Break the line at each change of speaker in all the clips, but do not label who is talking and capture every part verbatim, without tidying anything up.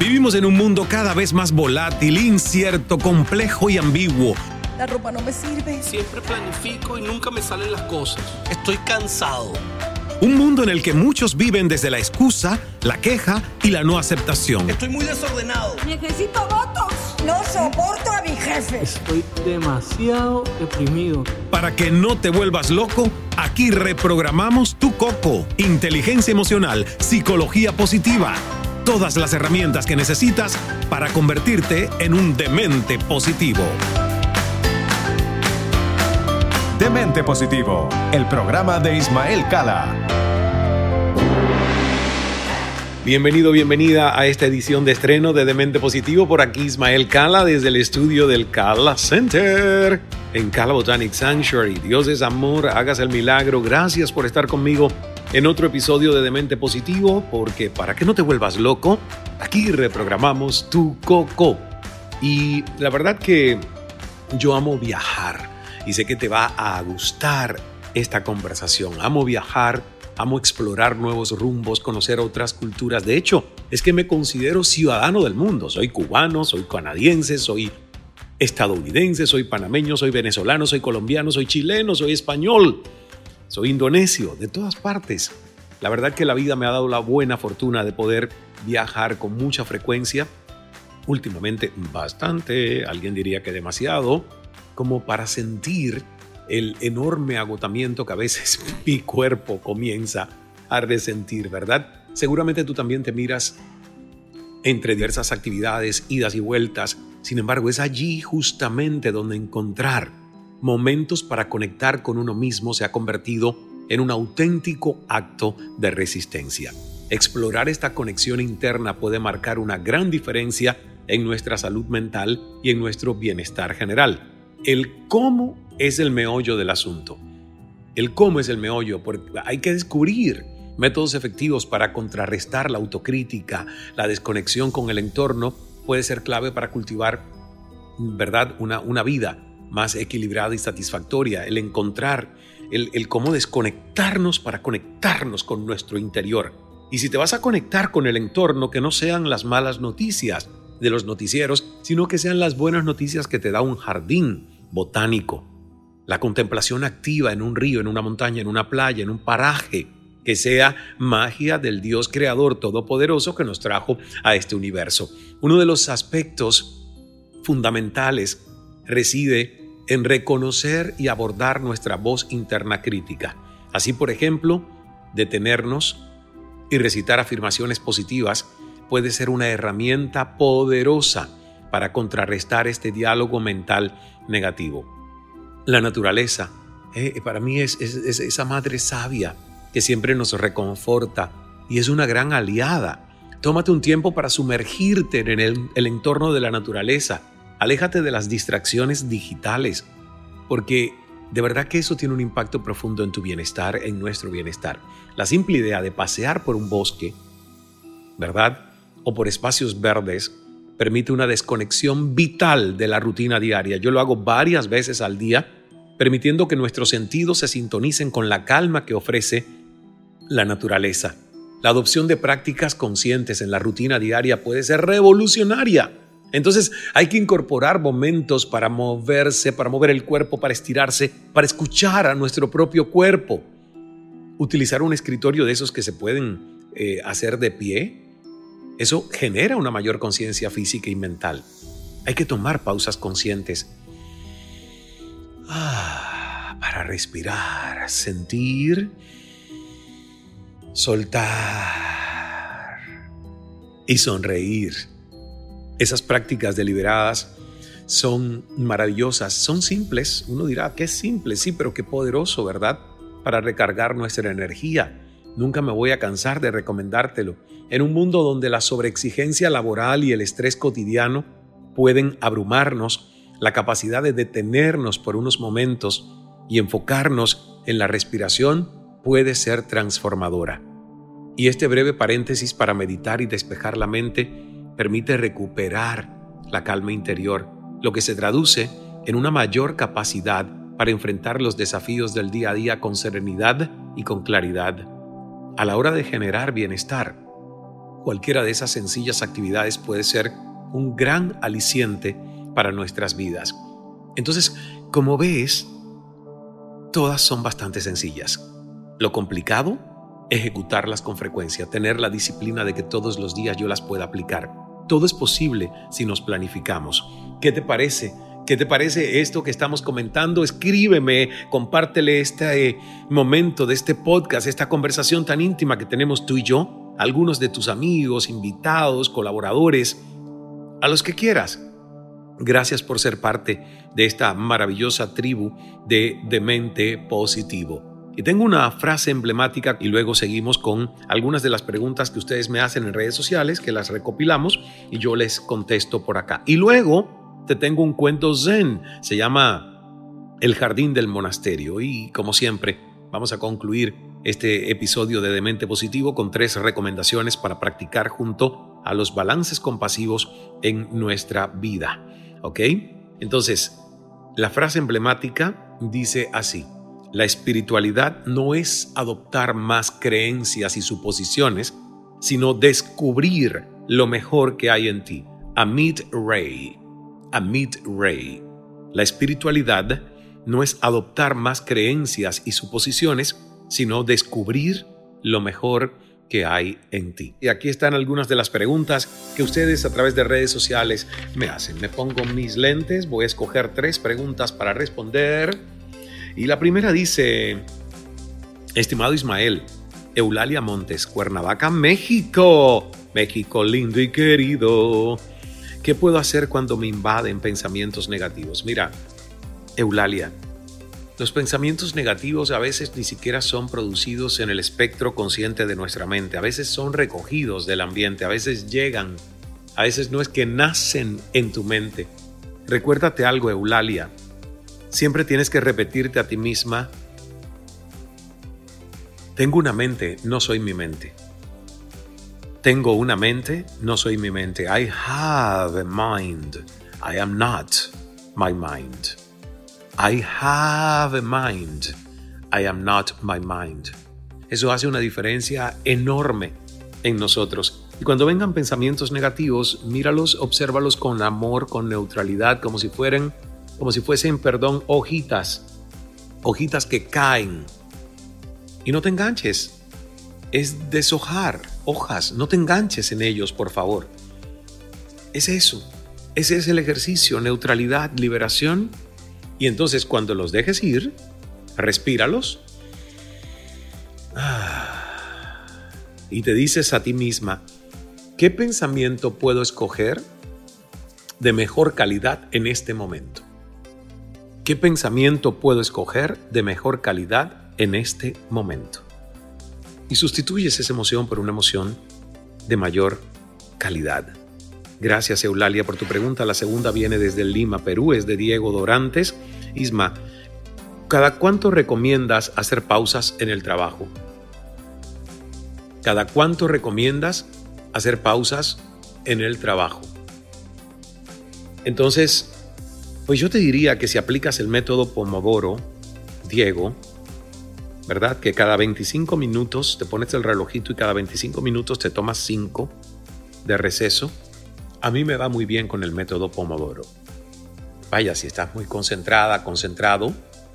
Vivimos en un mundo cada vez más volátil, incierto, complejo y ambiguo.
La ropa no me sirve.
Siempre planifico y nunca me salen las cosas. Estoy cansado.
Un mundo en el que muchos viven desde la excusa, la queja y la no aceptación.
Estoy muy desordenado.
Necesito Botox. No soporto a mi jefe.
Estoy demasiado deprimido.
Para que no te vuelvas loco, aquí reprogramamos tu coco. Inteligencia emocional, psicología positiva. Todas las herramientas que necesitas para convertirte en un demente positivo.
Demente Positivo, el programa de Ismael Cala.
Bienvenido, bienvenida a esta edición de estreno de Demente Positivo. Por aquí Ismael Cala desde el estudio del Cala Center en Cala Botanic Sanctuary. Dios es amor, hagas el milagro. Gracias por estar conmigo en otro episodio de Demente Positivo, porque para que no te vuelvas loco, aquí reprogramamos tu coco. Y la verdad que yo amo viajar. Y sé que te va a gustar esta conversación. Amo viajar, amo explorar nuevos rumbos, conocer otras culturas. De hecho, es que me considero ciudadano del mundo. Soy cubano, soy canadiense, soy estadounidense, soy panameño, soy venezolano, soy colombiano, soy chileno, soy español, soy indonesio, de todas partes. La verdad que la vida me ha dado la buena fortuna de poder viajar con mucha frecuencia. Últimamente bastante, alguien diría que demasiado, como para sentir el enorme agotamiento que a veces mi cuerpo comienza a resentir, ¿verdad? Seguramente tú también te miras entre diversas actividades, idas y vueltas. Sin embargo, es allí justamente donde encontrar momentos para conectar con uno mismo se ha convertido en un auténtico acto de resistencia. Explorar esta conexión interna puede marcar una gran diferencia en nuestra salud mental y en nuestro bienestar general. El cómo es el meollo del asunto. El cómo es el meollo, porque hay que descubrir métodos efectivos para contrarrestar la autocrítica. La desconexión con el entorno puede ser clave para cultivar, ¿verdad?, una, una vida más equilibrada y satisfactoria. El encontrar, el, el cómo desconectarnos para conectarnos con nuestro interior. Y si te vas a conectar con el entorno, que no sean las malas noticias de los noticieros, sino que sean las buenas noticias que te da un jardín botánico, la contemplación activa en un río, en una montaña, en una playa, en un paraje, que sea magia del Dios creador todopoderoso que nos trajo a este universo. Uno de los aspectos fundamentales reside en reconocer y abordar nuestra voz interna crítica. Así, por ejemplo, detenernos y recitar afirmaciones positivas puede ser una herramienta poderosa para contrarrestar este diálogo mental negativo. La naturaleza, eh, para mí es, es, es esa madre sabia que siempre nos reconforta y es una gran aliada. Tómate un tiempo para sumergirte en el, el entorno de la naturaleza. Aléjate de las distracciones digitales, porque de verdad que eso tiene un impacto profundo en tu bienestar, en nuestro bienestar. La simple idea de pasear por un bosque, ¿verdad?, o por espacios verdes, permite una desconexión vital de la rutina diaria. Yo lo hago varias veces al día, permitiendo que nuestros sentidos se sintonicen con la calma que ofrece la naturaleza. La adopción de prácticas conscientes en la rutina diaria puede ser revolucionaria. Entonces hay que incorporar momentos para moverse, para mover el cuerpo, para estirarse, para escuchar a nuestro propio cuerpo. Utilizar un escritorio de esos que se pueden eh, hacer de pie. Eso genera una mayor conciencia física y mental. Hay que tomar pausas conscientes ah, para respirar, sentir, soltar y sonreír. Esas prácticas deliberadas son maravillosas, son simples. Uno dirá que es simple, sí, pero qué poderoso, ¿verdad?, para recargar nuestra energía. Nunca me voy a cansar de recomendártelo. En un mundo donde la sobreexigencia laboral y el estrés cotidiano pueden abrumarnos, la capacidad de detenernos por unos momentos y enfocarnos en la respiración puede ser transformadora. Y este breve paréntesis para meditar y despejar la mente permite recuperar la calma interior, lo que se traduce en una mayor capacidad para enfrentar los desafíos del día a día con serenidad y con claridad. A la hora de generar bienestar, Cualquiera de esas sencillas actividades puede ser un gran aliciente para nuestras vidas. Entonces, como ves, todas son bastante sencillas. Lo complicado, ejecutarlas con frecuencia, tener la disciplina de que todos los días yo las pueda aplicar. Todo es posible si nos planificamos. ¿Qué te parece? ¿Qué te parece esto que estamos comentando? Escríbeme, compártele este eh, momento de este podcast, esta conversación tan íntima que tenemos tú y yo, algunos de tus amigos, invitados, colaboradores, a los que quieras. Gracias por ser parte de esta maravillosa tribu de Demente Positivo. Y tengo una frase emblemática y luego seguimos con algunas de las preguntas que ustedes me hacen en redes sociales, que las recopilamos y yo les contesto por acá. Y luego te tengo un cuento zen, se llama El Jardín del Monasterio. Y como siempre, vamos a concluir este episodio de Demente Positivo con tres recomendaciones para practicar junto a los balances compasivos en nuestra vida. ¿Ok? Entonces, la frase emblemática dice así: la espiritualidad no es adoptar más creencias y suposiciones, sino descubrir lo mejor que hay en ti. Amit Ray. Amit Ray. La espiritualidad no es adoptar más creencias y suposiciones, sino descubrir lo mejor que hay en ti. Y aquí están algunas de las preguntas que ustedes a través de redes sociales me hacen. Me pongo mis lentes, voy a escoger tres preguntas para responder. Y la primera dice: estimado Ismael, Eulalia Montes, Cuernavaca, México. México lindo y querido. ¿Qué puedo hacer cuando me invaden pensamientos negativos? Mira, Eulalia, los pensamientos negativos a veces ni siquiera son producidos en el espectro consciente de nuestra mente. A veces son recogidos del ambiente, a veces llegan, a veces no es que nacen en tu mente. Recuérdate algo, Eulalia. Siempre tienes que repetirte a ti misma: tengo una mente, no soy mi mente. Tengo una mente, no soy mi mente. I have a mind. I am not my mind. I have a mind. I am not my mind. Eso hace una diferencia enorme en nosotros. Y cuando vengan pensamientos negativos, míralos, obsérvalos con amor, con neutralidad, como si fueran, como si fuesen, perdón, hojitas. Hojitas que caen. Y no te enganches. Es deshojar hojas. No te enganches en ellos, por favor. Es eso. Ese es el ejercicio. Neutralidad, liberación. Y entonces cuando los dejes ir, respíralos. Ah, y te dices a ti misma: ¿qué pensamiento puedo escoger de mejor calidad en este momento? ¿Qué pensamiento puedo escoger de mejor calidad en este momento? Y sustituyes esa emoción por una emoción de mayor calidad. Gracias, Eulalia, por tu pregunta. La segunda viene desde Lima, Perú, es de Diego Dorantes. Isma, ¿cada cuánto recomiendas hacer pausas en el trabajo? ¿Cada cuánto recomiendas hacer pausas en el trabajo? Entonces, pues yo te diría que si aplicas el método Pomodoro, Diego, ¿verdad? Que cada veinticinco minutos te pones el relojito y cada veinticinco minutos te tomas cinco de receso. A mí me va muy bien con el método Pomodoro. Vaya, si estás muy concentrada, concentrado,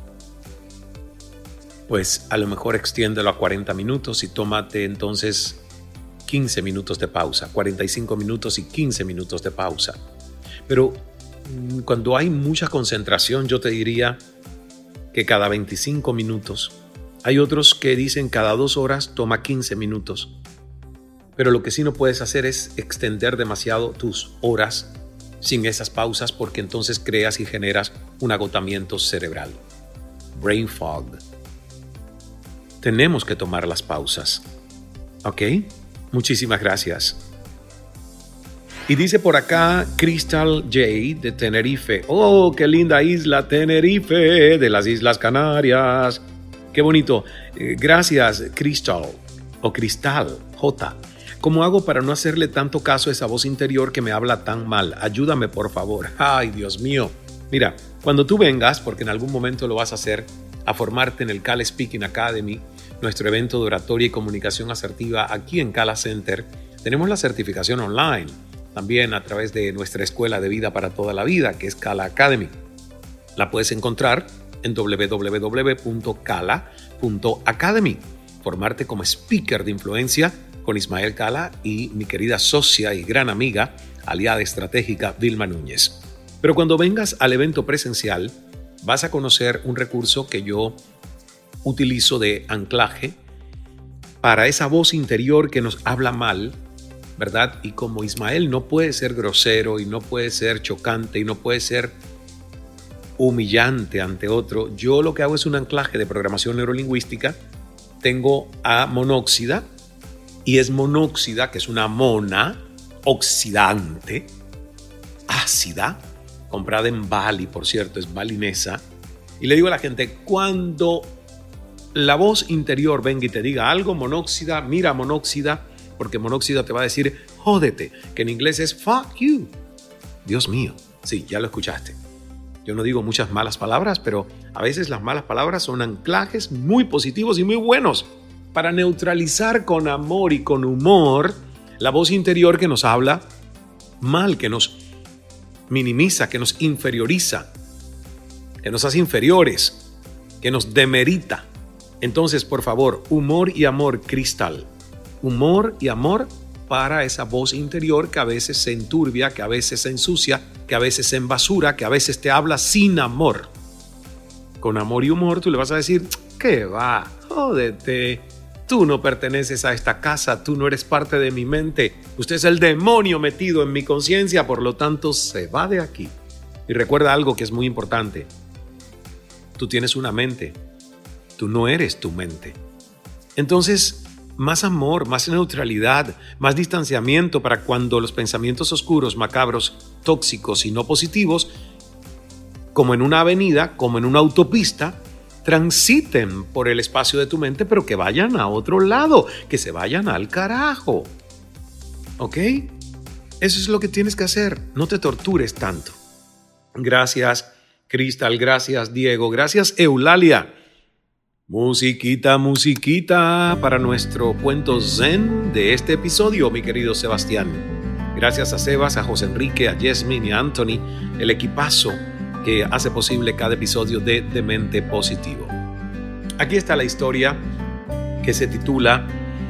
pues a lo mejor extiéndelo a cuarenta minutos y tómate entonces quince minutos de pausa, cuarenta y cinco minutos y quince minutos de pausa. Pero cuando hay mucha concentración, yo te diría que cada veinticinco minutos. Hay otros que dicen cada dos horas toma quince minutos. Pero lo que sí no puedes hacer es extender demasiado tus horas sin esas pausas, porque entonces creas y generas un agotamiento cerebral. Brain fog. Tenemos que tomar las pausas. ¿Ok? Muchísimas gracias. Y dice por acá Crystal J de Tenerife. ¡Oh, qué linda isla Tenerife! De las Islas Canarias. ¡Qué bonito! Eh, gracias, Crystal. O Cristal, J. ¿Cómo hago para no hacerle tanto caso a esa voz interior que me habla tan mal? Ayúdame, por favor. ¡Ay, Dios mío! Mira, cuando tú vengas, porque en algún momento lo vas a hacer, a formarte en el Cala Speaking Academy, nuestro evento de oratoria y comunicación asertiva aquí en Cala Center, Tenemos la certificación online, también a través de nuestra escuela de vida para toda la vida, que es Cala Academy. La puedes encontrar en doble u doble u doble u punto cala punto academy. Formarte como speaker de influencia con Ismael Cala y mi querida socia y gran amiga, aliada estratégica Vilma Núñez. Pero cuando vengas al evento presencial, vas a conocer un recurso que yo utilizo de anclaje para esa voz interior que nos habla mal, ¿verdad? Y como Ismael no puede ser grosero y no puede ser chocante y no puede ser humillante ante otro, yo lo que hago es un anclaje de programación neurolingüística. Tengo a monóxida, y es monóxida, que es una mona oxidante, ácida, comprada en Bali, por cierto, es balinesa. Y le digo a la gente, cuando la voz interior venga y te diga algo, monóxida, mira monóxida, porque monóxida te va a decir, jódete, que en inglés es fuck you. Dios mío, sí, ya lo escuchaste. Yo no digo muchas malas palabras, pero a veces las malas palabras son anclajes muy positivos y muy buenos para neutralizar con amor y con humor la voz interior que nos habla mal, que nos minimiza, que nos inferioriza, que nos hace inferiores, que nos demerita. Entonces, por favor, humor y amor, Cristal. Humor y amor para esa voz interior que a veces se enturbia, que a veces se ensucia, que a veces se embasura, que a veces te habla sin amor. Con amor y humor tú le vas a decir, ¿qué va? Jódete. Tú no perteneces a esta casa, tú no eres parte de mi mente. Usted es el demonio metido en mi conciencia, por lo tanto se va de aquí. Y recuerda algo que es muy importante. Tú tienes una mente. Tú no eres tu mente. Entonces, más amor, más neutralidad, más distanciamiento para cuando los pensamientos oscuros, macabros, tóxicos y no positivos, como en una avenida, como en una autopista, transiten por el espacio de tu mente, pero que vayan a otro lado, que se vayan al carajo. ¿Ok? Eso es lo que tienes que hacer. No te tortures tanto. Gracias, Cristal. Gracias, Diego. Gracias, Eulalia. Musiquita, musiquita para nuestro cuento zen de este episodio, mi querido Sebastián. Gracias a Sebas, a José Enrique, a Yasmin y a Anthony, el equipazo que hace posible cada episodio de Demente Positivo. Aquí está la historia que se titula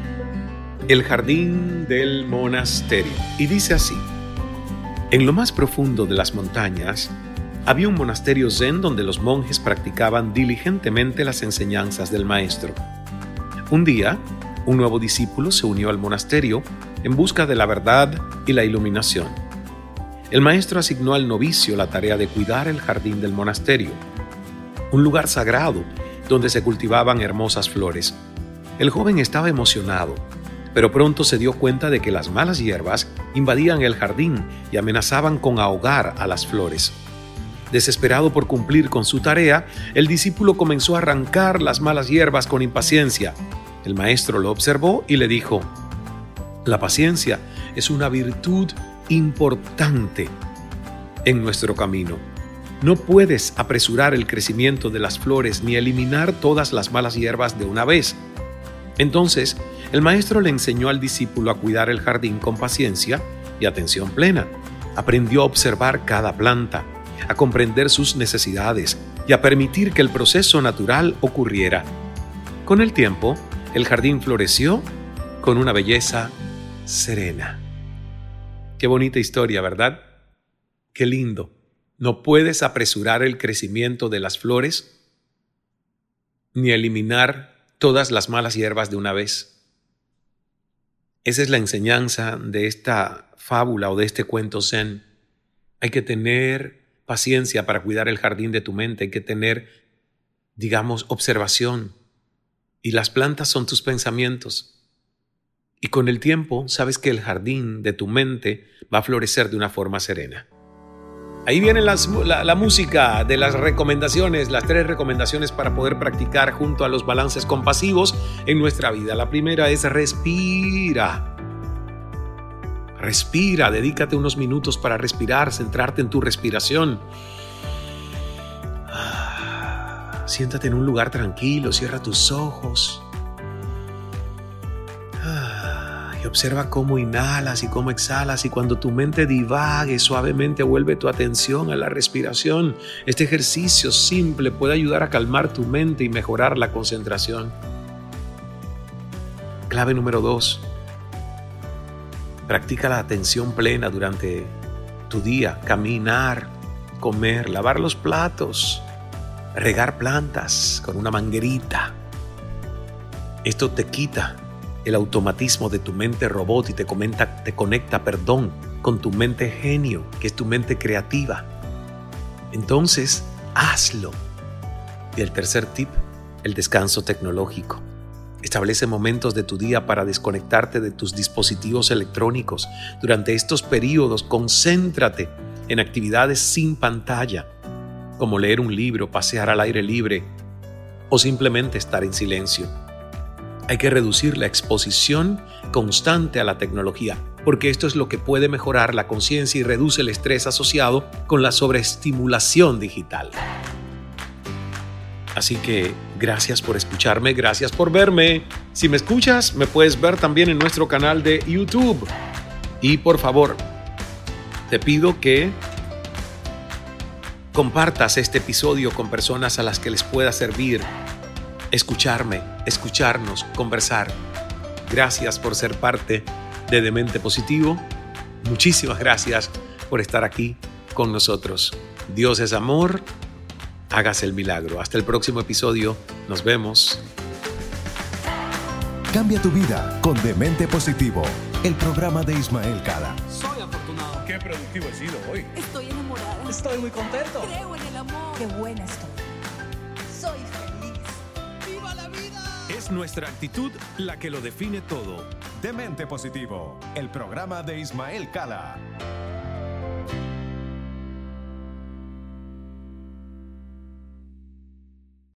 El jardín del monasterio. Y dice así: en lo más profundo de las montañas había un monasterio zen donde los monjes practicaban diligentemente las enseñanzas del maestro. Un día, un nuevo discípulo se unió al monasterio en busca de la verdad y la iluminación. El maestro asignó al novicio la tarea de cuidar el jardín del monasterio, un lugar sagrado donde se cultivaban hermosas flores. El joven estaba emocionado, pero pronto se dio cuenta de que las malas hierbas invadían el jardín y amenazaban con ahogar a las flores. Desesperado por cumplir con su tarea, el discípulo comenzó a arrancar las malas hierbas con impaciencia. El maestro lo observó y le dijo: la paciencia es una virtud importante en nuestro camino. No puedes apresurar el crecimiento de las flores ni eliminar todas las malas hierbas de una vez. Entonces, el maestro le enseñó al discípulo a cuidar el jardín con paciencia y atención plena. Aprendió a observar cada planta, a comprender sus necesidades y a permitir que el proceso natural ocurriera. Con el tiempo, el jardín floreció con una belleza serena. Qué bonita historia, ¿verdad? Qué lindo. No puedes apresurar el crecimiento de las flores ni eliminar todas las malas hierbas de una vez. Esa es la enseñanza de esta fábula o de este cuento zen. Hay que tener paciencia para cuidar el jardín de tu mente, hay que tener, digamos, observación. Y las plantas son tus pensamientos. Y con el tiempo, sabes que el jardín de tu mente va a florecer de una forma serena. Ahí viene las, la, la música de las recomendaciones, las tres recomendaciones para poder practicar junto a los balances compasivos en nuestra vida. La primera es respira. Respira, dedícate unos minutos para respirar, centrarte en tu respiración. Ah, siéntate en un lugar tranquilo, cierra tus ojos. Ah, y observa cómo inhalas y cómo exhalas, y cuando tu mente divague suavemente vuelve tu atención a la respiración. Este ejercicio simple puede ayudar a calmar tu mente y mejorar la concentración. Clave número dos. Practica la atención plena durante tu día. Caminar, comer, lavar los platos, regar plantas con una manguerita. Esto te quita el automatismo de tu mente robot y te, comenta, te conecta, perdón, con tu mente genio, que es tu mente creativa. Entonces, hazlo. Y el tercer tip, el descanso tecnológico. Establece momentos de tu día para desconectarte de tus dispositivos electrónicos. Durante estos periodos, concéntrate en actividades sin pantalla, como leer un libro, pasear al aire libre o simplemente estar en silencio. Hay que reducir la exposición constante a la tecnología, porque esto es lo que puede mejorar la conciencia y reduce el estrés asociado con la sobreestimulación digital. Así que gracias por escucharme, gracias por verme. Si me escuchas, me puedes ver también en nuestro canal de YouTube. Y por favor, te pido que compartas este episodio con personas a las que les pueda servir. Escucharme, escucharnos, conversar. Gracias por ser parte de Demente Positivo. Muchísimas gracias por estar aquí con nosotros. Dios es amor. Hágase el milagro. Hasta el próximo episodio. Nos vemos.
Cambia tu vida con Demente Positivo, el programa de Ismael Cala.
Soy afortunado.
Qué productivo he sido hoy.
Estoy enamorada.
Estoy muy contento.
Creo en el amor. Qué buena estoy. Soy feliz.
¡Viva la vida!
Es nuestra actitud la que lo define todo. Demente Positivo, el programa de Ismael Cala.